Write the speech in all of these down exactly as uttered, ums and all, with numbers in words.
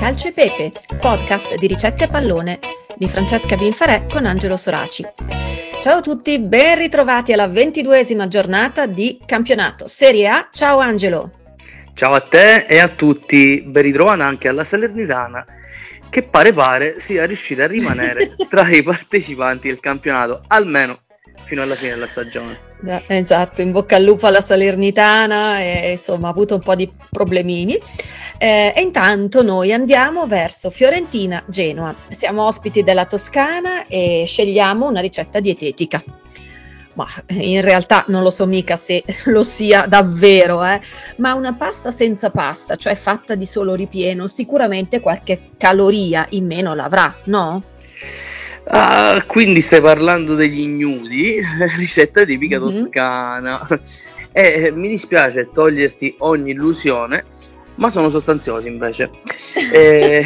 Calcio e Pepe, podcast di ricette pallone di Francesca Binfarè con Angelo Soraci. Ciao a tutti, ben ritrovati alla ventiduesima giornata di campionato Serie A. Ciao Angelo. Ciao a te e a tutti, ben ritrovata anche alla Salernitana, che pare pare sia riuscita a rimanere tra i partecipanti del campionato, almeno fino alla fine della stagione. Esatto, in bocca al lupo alla Salernitana, e insomma ha avuto un po' di problemini. Eh, e intanto noi andiamo verso Fiorentina-Genoa. Siamo ospiti della Toscana e scegliamo una ricetta dietetica. Ma in realtà non lo so mica se lo sia davvero, eh. Ma una pasta senza pasta, cioè fatta di solo ripieno, sicuramente qualche caloria in meno l'avrà, no? Ah, quindi stai parlando degli ignudi, ricetta tipica Mm-hmm. toscana. E mi dispiace toglierti ogni illusione, ma sono sostanziosi invece. eh,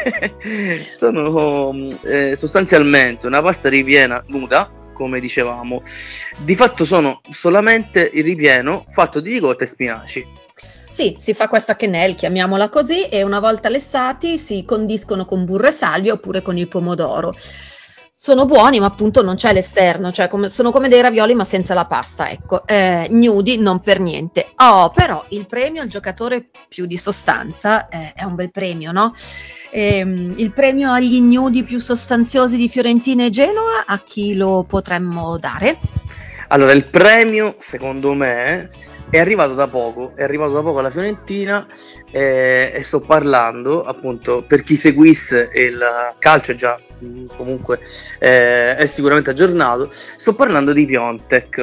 sono eh, sostanzialmente una pasta ripiena nuda, come dicevamo. Di fatto sono solamente il ripieno fatto di ricotta e spinaci. Sì, si fa questa quenelle, chiamiamola così, e una volta lessati si condiscono con burro e salvia oppure con il pomodoro. Sono buoni, ma appunto non c'è l'esterno, cioè come, sono come dei ravioli ma senza la pasta, ecco, eh, gnudi non per niente. Oh, però il premio al giocatore più di sostanza eh, è un bel premio, no? Ehm, il premio agli gnudi più sostanziosi di Fiorentina e Genoa, a chi lo potremmo dare? Allora, il premio, secondo me, è arrivato da poco, è arrivato da poco alla Fiorentina, eh, e sto parlando, appunto, per chi seguisse il calcio già mh, comunque eh, è sicuramente aggiornato, sto parlando di Piontek.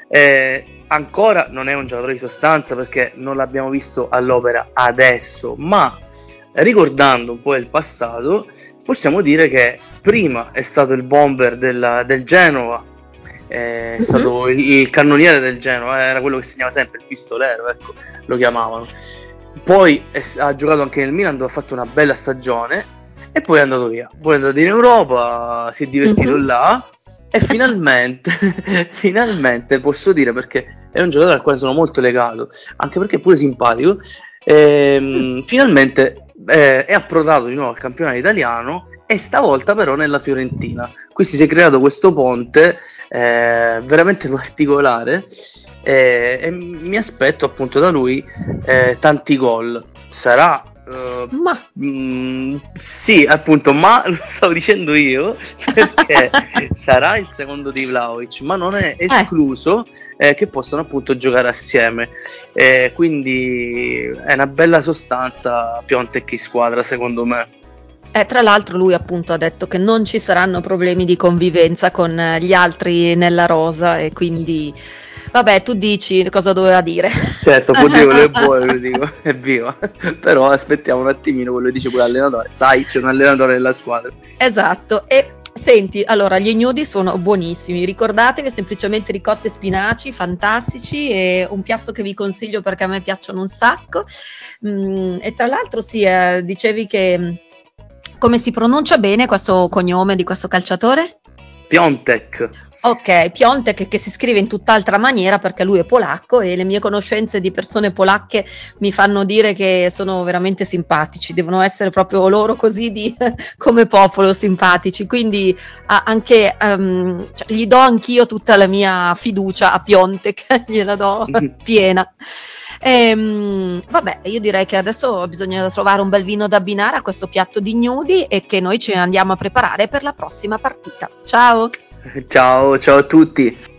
Eh, ancora non è un giocatore di sostanza perché non l'abbiamo visto all'opera adesso, ma ricordando un po' il passato, possiamo dire che prima è stato il bomber della, del Genova, è Mhm. stato il, il cannoniere del Genoa, era quello che segnava sempre, il pistolero, ecco, lo chiamavano. Poi è, ha giocato anche nel Milan, dove ha fatto una bella stagione, e poi è andato via. Poi è andato in Europa, si è divertito Mhm. là, e finalmente, finalmente posso dire, perché è un giocatore al quale sono molto legato, anche perché è pure simpatico, ehm, finalmente eh, è approdato di nuovo al campionato italiano, e stavolta però nella Fiorentina. Qui si è creato questo ponte eh, veramente particolare, eh, e mi aspetto appunto da lui eh, tanti gol. Sarà eh, Ma mm, sì, appunto, ma lo stavo dicendo io perché sarà il secondo di Vlahovic, ma non è escluso eh, che possano appunto giocare assieme, eh, quindi è una bella sostanza Piontek in squadra, secondo me. Eh, tra l'altro lui appunto ha detto che non ci saranno problemi di convivenza con eh, gli altri nella rosa, e quindi vabbè, tu dici cosa doveva dire. Certo, può dire quello che vuole, lo dico, evviva. Però aspettiamo un attimino quello che dice pure l'allenatore. Sai, c'è un allenatore nella squadra. Esatto. E senti, allora gli gnudi sono buonissimi, ricordatevi, semplicemente ricotte e spinaci, fantastici, e un piatto che vi consiglio perché a me piacciono un sacco. Mm, e tra l'altro sì, eh, dicevi che mm, come si pronuncia bene questo cognome di questo calciatore? Piontek. Ok, Piontek, che si scrive in tutt'altra maniera perché lui è polacco, e le mie conoscenze di persone polacche mi fanno dire che sono veramente simpatici, devono essere proprio loro così di, come popolo simpatici, quindi ah, anche um, cioè, gli do anch'io tutta la mia fiducia a Piontek, gliela do piena. Ehm, vabbè, io direi che adesso bisogna trovare un bel vino da abbinare a questo piatto di gnudi, e che noi ci andiamo a preparare per la prossima partita. Ciao! Ciao, ciao a tutti.